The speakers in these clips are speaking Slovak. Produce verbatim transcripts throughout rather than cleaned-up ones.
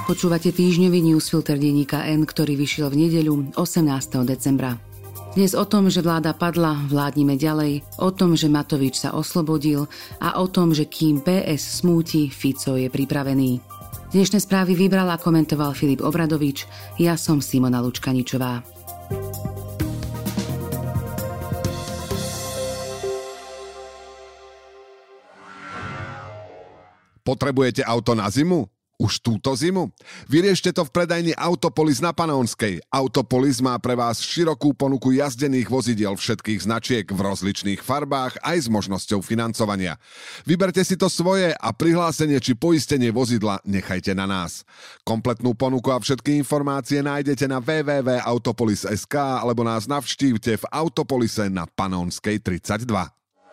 Počúvate týždňový newsfilter denníka N, ktorý vyšiel v nedeľu osemnásteho decembra. Dnes o tom, že vláda padla, vládnime ďalej, o tom, že Matovič sa oslobodil a o tom, že kým pé es smúti, Fico je pripravený. Dnešné správy vybral a komentoval Filip Obradovič, ja som Simona Lučkaničová. Potrebujete auto na zimu? Už túto zimu? Vyriešte to v predajni Autopolis na Panónskej. Autopolis má pre vás širokú ponuku jazdených vozidiel všetkých značiek v rozličných farbách aj s možnosťou financovania. Vyberte si to svoje a prihlásenie či poistenie vozidla nechajte na nás. Kompletnú ponuku a všetky informácie nájdete na w w w bodka autopolis bodka es ká alebo nás navštívte v Autopolise na Panónskej tridsaťdva.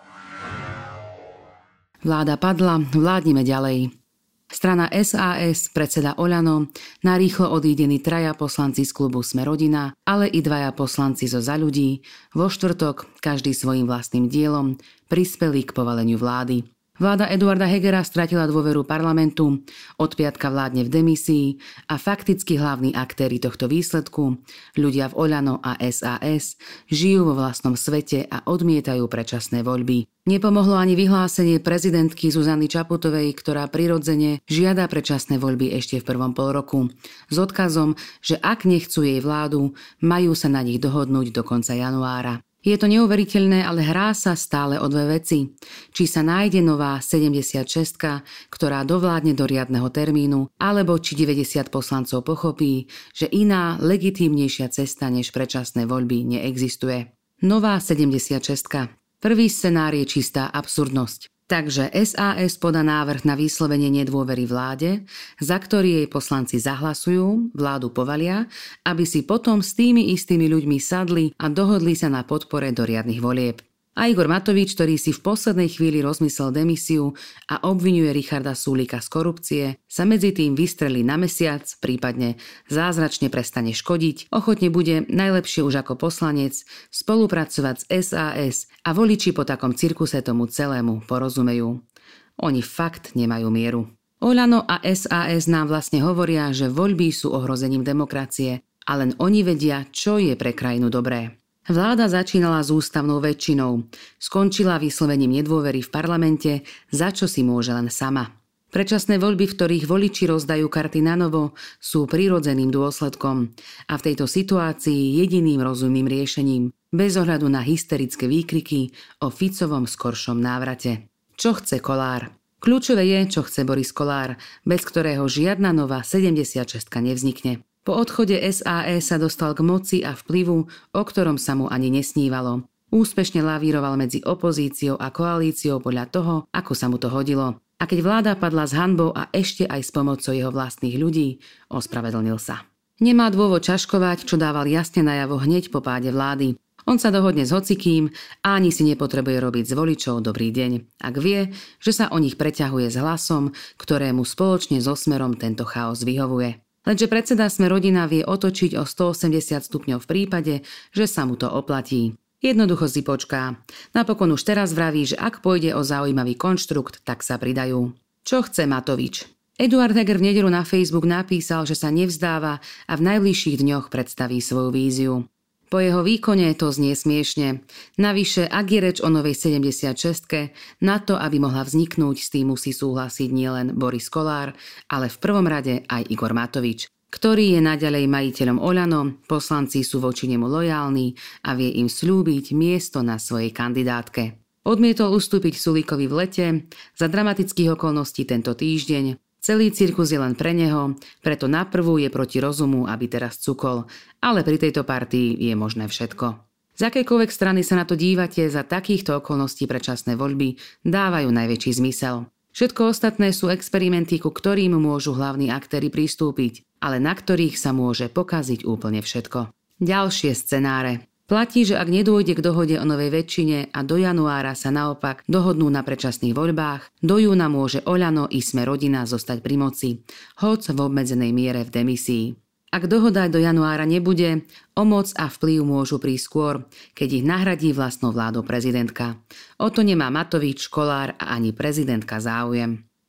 Vláda padla, vládnime ďalej. Strana es a es, predseda Oľano, narýchlo odídení traja poslanci z klubu Sme rodina, ale i dvaja poslanci zo Za ľudí, vo štvrtok, každý svojím vlastným dielom, prispeli k povaleniu vlády. Vláda Eduarda Hegera stratila dôveru parlamentu, od piatka vládne v demisii a fakticky hlavní aktéri tohto výsledku, ľudia v Oľano a es a es, žijú vo vlastnom svete a odmietajú predčasné voľby. Nepomohlo ani vyhlásenie prezidentky Zuzany Čaputovej, ktorá prirodzene žiada predčasné voľby ešte v prvom polroku, s odkazom, že ak nechcú jej vládu, majú sa na nich dohodnúť do konca januára. Je to neuveriteľné, ale hrá sa stále o dve veci. Či sa nájde nová sedemdesiatšesť, ktorá dovládne do riadneho termínu, alebo či deväťdesiat poslancov pochopí, že iná, legitímnejšia cesta než predčasné voľby neexistuje. Nová sedemdesiatšesť. Prvý scenár je čistá absurdnosť. Takže es a es podá návrh na vyslovenie nedôvery vláde, za ktorý jej poslanci zahlasujú, vládu povalia, aby si potom s tými istými ľuďmi sadli a dohodli sa na podpore do riadnych volieb. A Igor Matovič, ktorý si v poslednej chvíli rozmyslel demisiu a obviňuje Richarda Sulíka z korupcie, sa medzi tým vystrelí na mesiac, prípadne zázračne prestane škodiť, ochotne bude, najlepšie už ako poslanec, spolupracovať s es a es a voliči po takom cirkuse tomu celému porozumejú. Oni fakt nemajú mieru. Oľano a es a es nám vlastne hovoria, že voľby sú ohrozením demokracie a len oni vedia, čo je pre krajinu dobré. Vláda začínala s ústavnou väčšinou, skončila vyslovením nedôvery v parlamente, za čo si môže len sama. Predčasné voľby, v ktorých voliči rozdajú karty na novo, sú prirodzeným dôsledkom a v tejto situácii jediným rozumným riešením, bez ohľadu na hysterické výkriky o Ficovom skoršom návrate. Čo chce Kollár? Kľúčové je, čo chce Boris Kollár, bez ktorého žiadna nová sedemdesiatšesť nevznikne. Po odchode es a es sa dostal k moci a vplyvu, o ktorom sa mu ani nesnívalo. Úspešne lavíroval medzi opozíciou a koalíciou podľa toho, ako sa mu to hodilo. A keď vláda padla s hanbou a ešte aj s pomocou jeho vlastných ľudí, ospravedlnil sa. Nemá dôvod čaškovať, čo dával jasne najavo hneď po páde vlády. On sa dohodne s hocikým a ani si nepotrebuje robiť z voličov dobrý deň, ak vie, že sa o nich preťahuje s hlasom, ktorému spoločne so Smerom tento chaos vyhovuje. Lenže predseda Sme rodina vie otočiť o stoosemdesiat stupňov v prípade, že sa mu to oplatí. Jednoducho si počká. Napokon už teraz vraví, že ak pôjde o zaujímavý konštrukt, tak sa pridajú. Čo chce Matovič? Eduard Heger v nedeľu na Facebook napísal, že sa nevzdáva a v najbližších dňoch predstaví svoju víziu. Po jeho výkone to znie smiešne. Navyše, ak je reč o novej sedemdesiatšesť, na to, aby mohla vzniknúť, s tým musí súhlasiť nielen Boris Kollár, ale v prvom rade aj Igor Matovič, ktorý je naďalej majiteľom Oľano, poslanci sú voči nemu lojálni a vie im sľúbiť miesto na svojej kandidátke. Odmietol ustúpiť Sulíkovi v lete, za dramatických okolností tento týždeň. Celý cirkus je len pre neho, preto naprvu je proti rozumu, aby teraz cukol, ale pri tejto partii je možné všetko. Z akejkoľvek strany sa na to dívate, za takýchto okolností predčasné voľby dávajú najväčší zmysel. Všetko ostatné sú experimenty, ku ktorým môžu hlavní aktéri pristúpiť, ale na ktorých sa môže pokaziť úplne všetko. Ďalšie scenáre. Platí, že ak nedôjde k dohode o novej väčšine a do januára sa naopak dohodnú na predčasných voľbách, do júna môže Oľano i Sme rodina zostať pri moci, hoc v obmedzenej miere v demisii. Ak dohoda do januára nebude, o moc a vplyv môžu prísť skôr, keď ich nahradí vlastnou vládou prezidentka. O to nemá Matovič, Kollár a ani prezidentka záujem.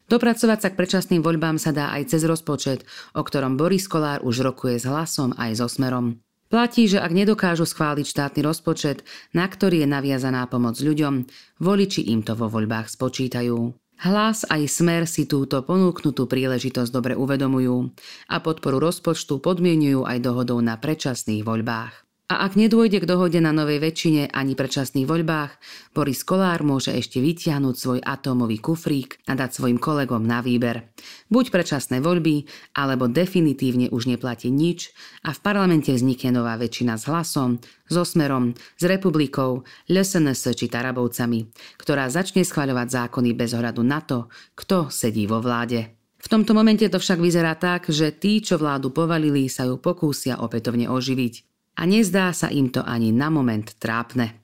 Dopracovať sa k predčasným voľbám sa dá aj cez rozpočet, o ktorom Boris Kollár už rokuje s Hlasom aj so Smerom. Platí, že ak nedokážu schváliť štátny rozpočet, na ktorý je naviazaná pomoc ľuďom, voliči im to vo voľbách spočítajú. Hlas aj Smer si túto ponúknutú príležitosť dobre uvedomujú a podporu rozpočtu podmienujú aj dohodou na predčasných voľbách. A ak nedôjde k dohode na novej väčšine ani predčasných voľbách, Boris Kollár môže ešte vytiahnuť svoj atómový kufrík a dať svojim kolegom na výber. Buď predčasné voľby, alebo definitívne už neplatí nič a v parlamente vznikne nová väčšina s Hlasom, so Smerom, s Republikou, el es en es či Tarabovcami, ktorá začne schvaľovať zákony bez ohľadu na to, kto sedí vo vláde. V tomto momente to však vyzerá tak, že tí, čo vládu povalili, sa ju pokúsia opätovne oživiť. A nezdá sa im to ani na moment trápne.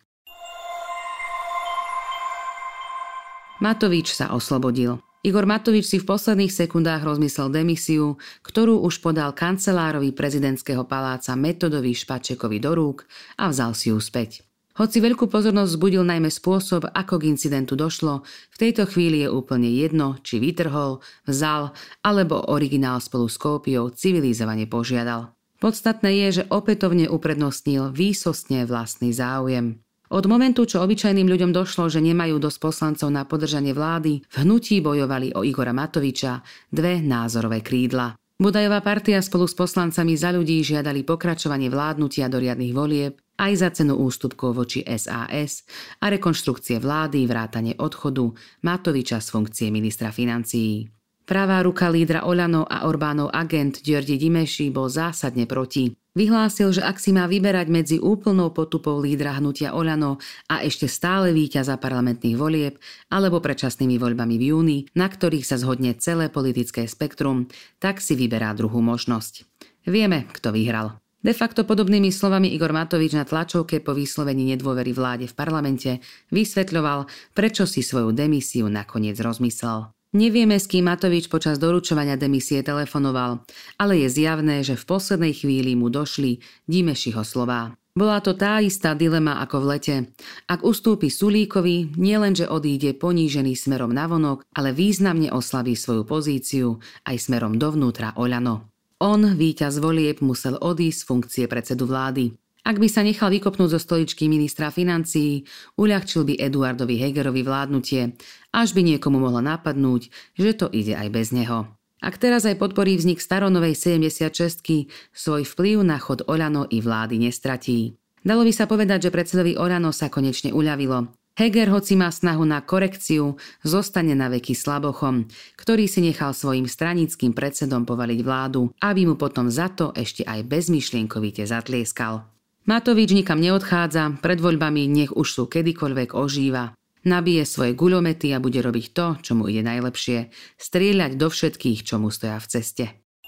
Matovič sa oslobodil. Igor Matovič si v posledných sekundách rozmyslel demisiu, ktorú už podal kancelárovi prezidentského paláca Metodovi Špačekovi do rúk a vzal si ju späť. Hoci veľkú pozornosť vzbudil najmä spôsob, ako k incidentu došlo, v tejto chvíli je úplne jedno, či vytrhol, vzal, alebo originál spolu s kópiou civilizovane požiadal. Podstatné je, že opätovne uprednostnil výsostne vlastný záujem. Od momentu, čo obyčajným ľuďom došlo, že nemajú dosť poslancov na podržanie vlády, v hnutí bojovali o Igora Matoviča dve názorové krídla. Budajová partia spolu s poslancami Za ľudí žiadali pokračovanie vládnutia do riadnych volieb aj za cenu ústupkov voči es a es a rekonštrukcie vlády vrátane odchodu Matoviča z funkcie ministra financií. Pravá ruka lídra Oľano a Orbánov agent György Dimeši bol zásadne proti. Vyhlásil, že ak si má vyberať medzi úplnou potupou lídra hnutia Oľano a ešte stále víťaza parlamentných volieb alebo predčasnými voľbami v júni, na ktorých sa zhodne celé politické spektrum, tak si vyberá druhú možnosť. Vieme, kto vyhral. De facto podobnými slovami Igor Matovič na tlačovke po vyslovení nedôvery vláde v parlamente vysvetľoval, prečo si svoju demisiu nakoniec rozmyslel. Nevieme, s kým Matovič počas doručovania demisie telefonoval, ale je zjavné, že v poslednej chvíli mu došli Dimešiho slová. Bola to tá istá dilema ako v lete. Ak ustúpi Sulíkovi, nielenže odíde ponížený smerom navonok, ale významne oslabí svoju pozíciu aj smerom dovnútra Oľano. On, víťaz volieb, musel odísť z funkcie predsedu vlády. Ak by sa nechal vykopnúť zo stoličky ministra financií, uľahčil by Eduardovi Hegerovi vládnutie, až by niekomu mohlo napadnúť, že to ide aj bez neho. Ak teraz aj podporí vznik staronovej sedemdesiatšestky, svoj vplyv na chod Oľano i vlády nestratí. Dalo by sa povedať, že predsedovi Oľano sa konečne uľavilo. Heger, hoci má snahu na korekciu, zostane na veky slabochom, ktorý si nechal svojim stranickým predsedom povaliť vládu, aby mu potom za to ešte aj bezmyšlienkovite zatlieskal. Matovič nikam neodchádza, pred voľbami nech už sú kedykoľvek ožíva. Nabije svoje guľomety a bude robiť to, čo mu ide najlepšie. Strieľať do všetkých, čo mu stoja v ceste.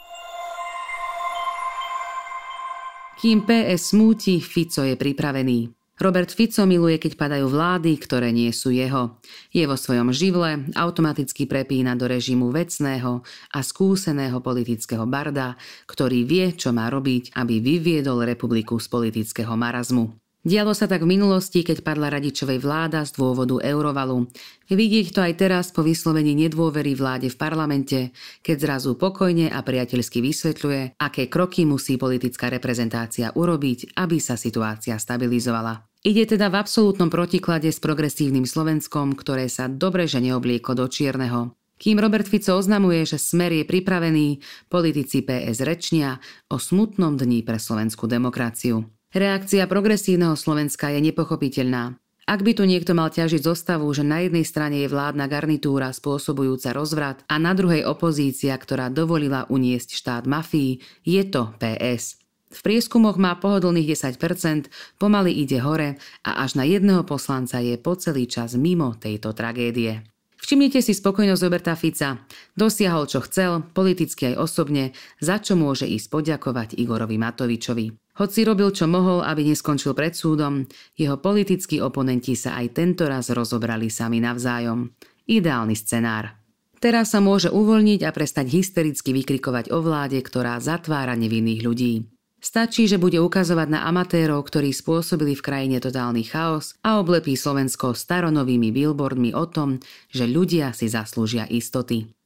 Kým pé es smúti, Fico je pripravený. Robert Fico miluje, keď padajú vlády, ktoré nie sú jeho. Je vo svojom živle, automaticky prepína do režimu vecného a skúseného politického barda, ktorý vie, čo má robiť, aby vyviedol republiku z politického marazmu. Dialo sa tak v minulosti, keď padla Radičovej vláda z dôvodu Eurovalu. Vidieť to aj teraz po vyslovení nedôvery vláde v parlamente, keď zrazu pokojne a priateľsky vysvetľuje, aké kroky musí politická reprezentácia urobiť, aby sa situácia stabilizovala. Ide teda v absolútnom protiklade s progresívnym Slovenskom, ktoré sa dobre že neoblieko do čierneho. Kým Robert Fico oznamuje, že Smer je pripravený, politici pé es rečnia o smutnom dni pre slovenskú demokraciu. Reakcia progresívneho Slovenska je nepochopiteľná. Ak by tu niekto mal ťažiť zo stavu, že na jednej strane je vládna garnitúra spôsobujúca rozvrat a na druhej opozícia, ktorá dovolila uniesť štát mafii, je to pé es. V prieskumoch má pohodlných desať percent, pomaly ide hore a až na jedného poslanca je po celý čas mimo tejto tragédie. Všimnite si spokojnosť Roberta Fica. Dosiahol, čo chcel, politicky aj osobne, za čo môže ísť poďakovať Igorovi Matovičovi. Hoci robil, čo mohol, aby neskončil pred súdom, jeho politickí oponenti sa aj tento raz rozobrali sami navzájom. Ideálny scenár. Teraz sa môže uvoľniť a prestať hystericky vykrikovať o vláde, ktorá zatvára nevinných ľudí. Stačí, že bude ukazovať na amatérov, ktorí spôsobili v krajine totálny chaos a oblepí Slovensko staronovými billboardmi o tom, že ľudia si zaslúžia istoty.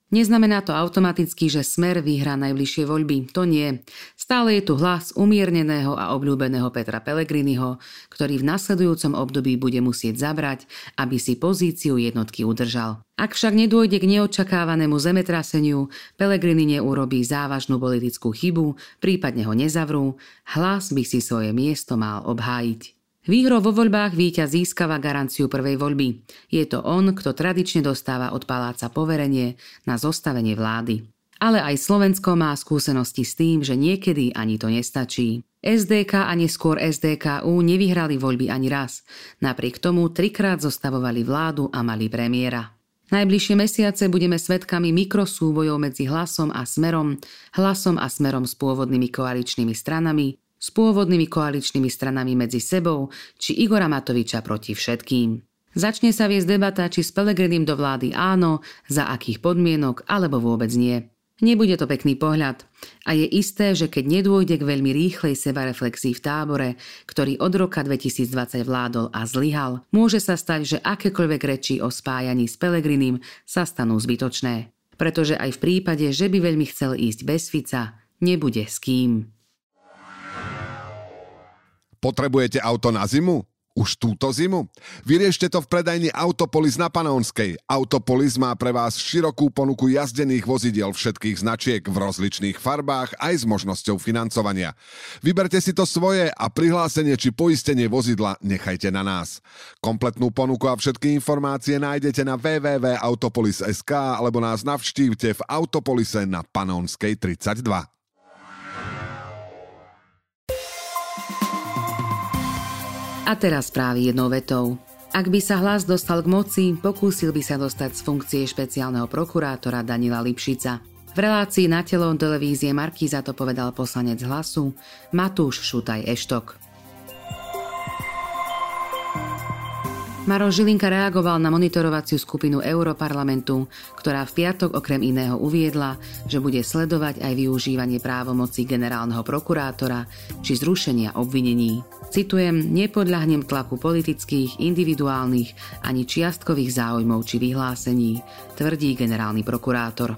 Neznamená to automaticky, že Smer vyhrá najbližšie voľby. To nie. Stále je tu hlas umierneného a obľúbeného Petra Pellegriniho, ktorý v nasledujúcom období bude musieť zabrať, aby si pozíciu jednotky udržal. Ak však nedôjde k neočakávanému zemetraseniu, Pellegrini neurobí závažnú politickú chybu, prípadne ho nezavrú, hlas by si svoje miesto mal obhájiť. Výhrou vo voľbách víťaz získava garanciu prvej voľby. Je to on, kto tradične dostáva od paláca poverenie na zostavenie vlády. Ale aj Slovensko má skúsenosti s tým, že niekedy ani to nestačí. es dé ká a neskôr es dé ká ú nevyhrali voľby ani raz. Napriek tomu trikrát zostavovali vládu a mali premiéra. Najbližšie mesiace budeme svedkami mikrosúbojov medzi Hlasom a Smerom, Hlasom a Smerom s pôvodnými koaličnými stranami, s pôvodnými koaličnými stranami medzi sebou, či Igora Matoviča proti všetkým. Začne sa viesť debata, či s Pellegrinim do vlády áno, za akých podmienok, alebo vôbec nie. Nebude to pekný pohľad. A je isté, že keď nedôjde k veľmi rýchlej sebareflexii v tábore, ktorý od roka dvetisícdvadsať vládol a zlyhal, môže sa stať, že akékoľvek reči o spájaní s Pellegrinim sa stanú zbytočné. Pretože aj v prípade, že by veľmi chcel ísť bez Fica, nebude s kým. Potrebujete auto na zimu? Už túto zimu? Vyriešte to v predajni Autopolis na Panónskej. Autopolis má pre vás širokú ponuku jazdených vozidiel všetkých značiek v rozličných farbách aj s možnosťou financovania. Vyberte si to svoje a prihlásenie či poistenie vozidla nechajte na nás. Kompletnú ponuku a všetky informácie nájdete na w w w bodka autopolis bodka es ká alebo nás navštívte v Autopolise na Panónskej tridsaťdva. A teraz správy jednou vetou. Ak by sa Hlas dostal k moci, pokúsil by sa dostať z funkcie špeciálneho prokurátora Danila Lipšica. V relácii Na telo televízie Markíza to povedal poslanec Hlasu Matúš Šutaj Eštok. Maroš Žilinka reagoval na monitorovaciu skupinu Europarlamentu, ktorá v piatok okrem iného uviedla, že bude sledovať aj využívanie právomoci generálneho prokurátora či zrušenia obvinení. Citujem, nepodľahnem tlaku politických, individuálnych ani čiastkových záujmov či vyhlásení, tvrdí generálny prokurátor.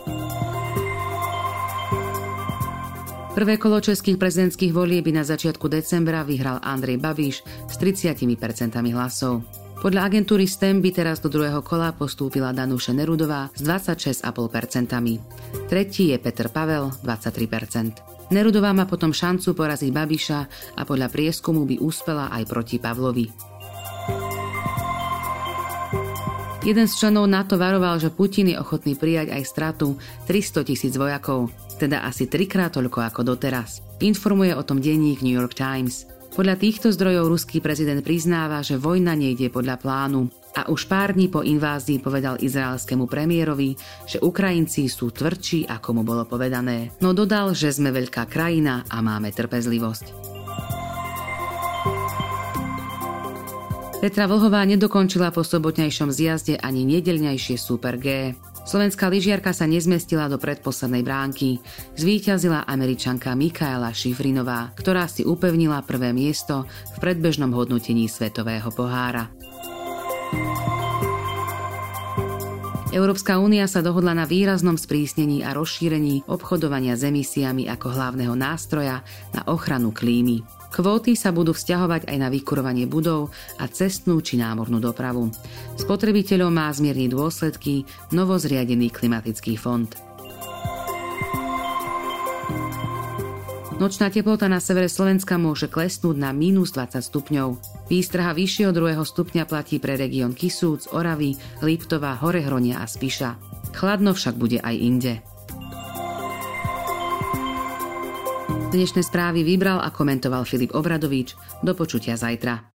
Prvé kolo českých prezidentských volieb na začiatku decembra vyhral Andrej Babiš s tridsať percent hlasov. Podľa agentúry es té em by teraz do druhého kola postúpila Danuše Nerudová s dvadsaťšesť celá päť percenta. Tretí je Petr Pavel, dvadsaťtri percent. Nerudová má potom šancu poraziť Babiša a podľa prieskumu by úspela aj proti Pavlovi. Jeden z členov NATO varoval, že Putin je ochotný prijať aj stratu tristotisíc vojakov, teda asi trikrát toľko ako doteraz. Informuje o tom denník New York Times. Podľa týchto zdrojov ruský prezident priznáva, že vojna nejde podľa plánu a už pár dní po invázii povedal izraelskému premiérovi, že Ukrajinci sú tvrdší, ako mu bolo povedané. No dodal, že sme veľká krajina a máme trpezlivosť. Petra Vlhová nedokončila po sobotnejšom zjazde ani nedeľňajšie Super G. Slovenská lyžiarka sa nezmestila do predposlednej bránky. Zvíťazila Američanka Mikaela Šifrinová, ktorá si upevnila prvé miesto v predbežnom hodnotení svetového pohára. Európska únia sa dohodla na výraznom sprísnení a rozšírení obchodovania s emisiami ako hlavného nástroja na ochranu klímy. Kvóty sa budú vzťahovať aj na vykurovanie budov a cestnú či námornú dopravu. Spotrebiteľom má zmierniť dôsledky novozriadený klimatický fond. Nočná teplota na severe Slovenska môže klesnúť na mínus dvadsať stupňov. Výstraha vyššieho druhého stupňa platí pre región Kisúc, Oravy, Liptova, Horehronia a Spiša. Chladno však bude aj inde. Dnešné správy vybral a komentoval Filip Obradovič. Do počutia zajtra.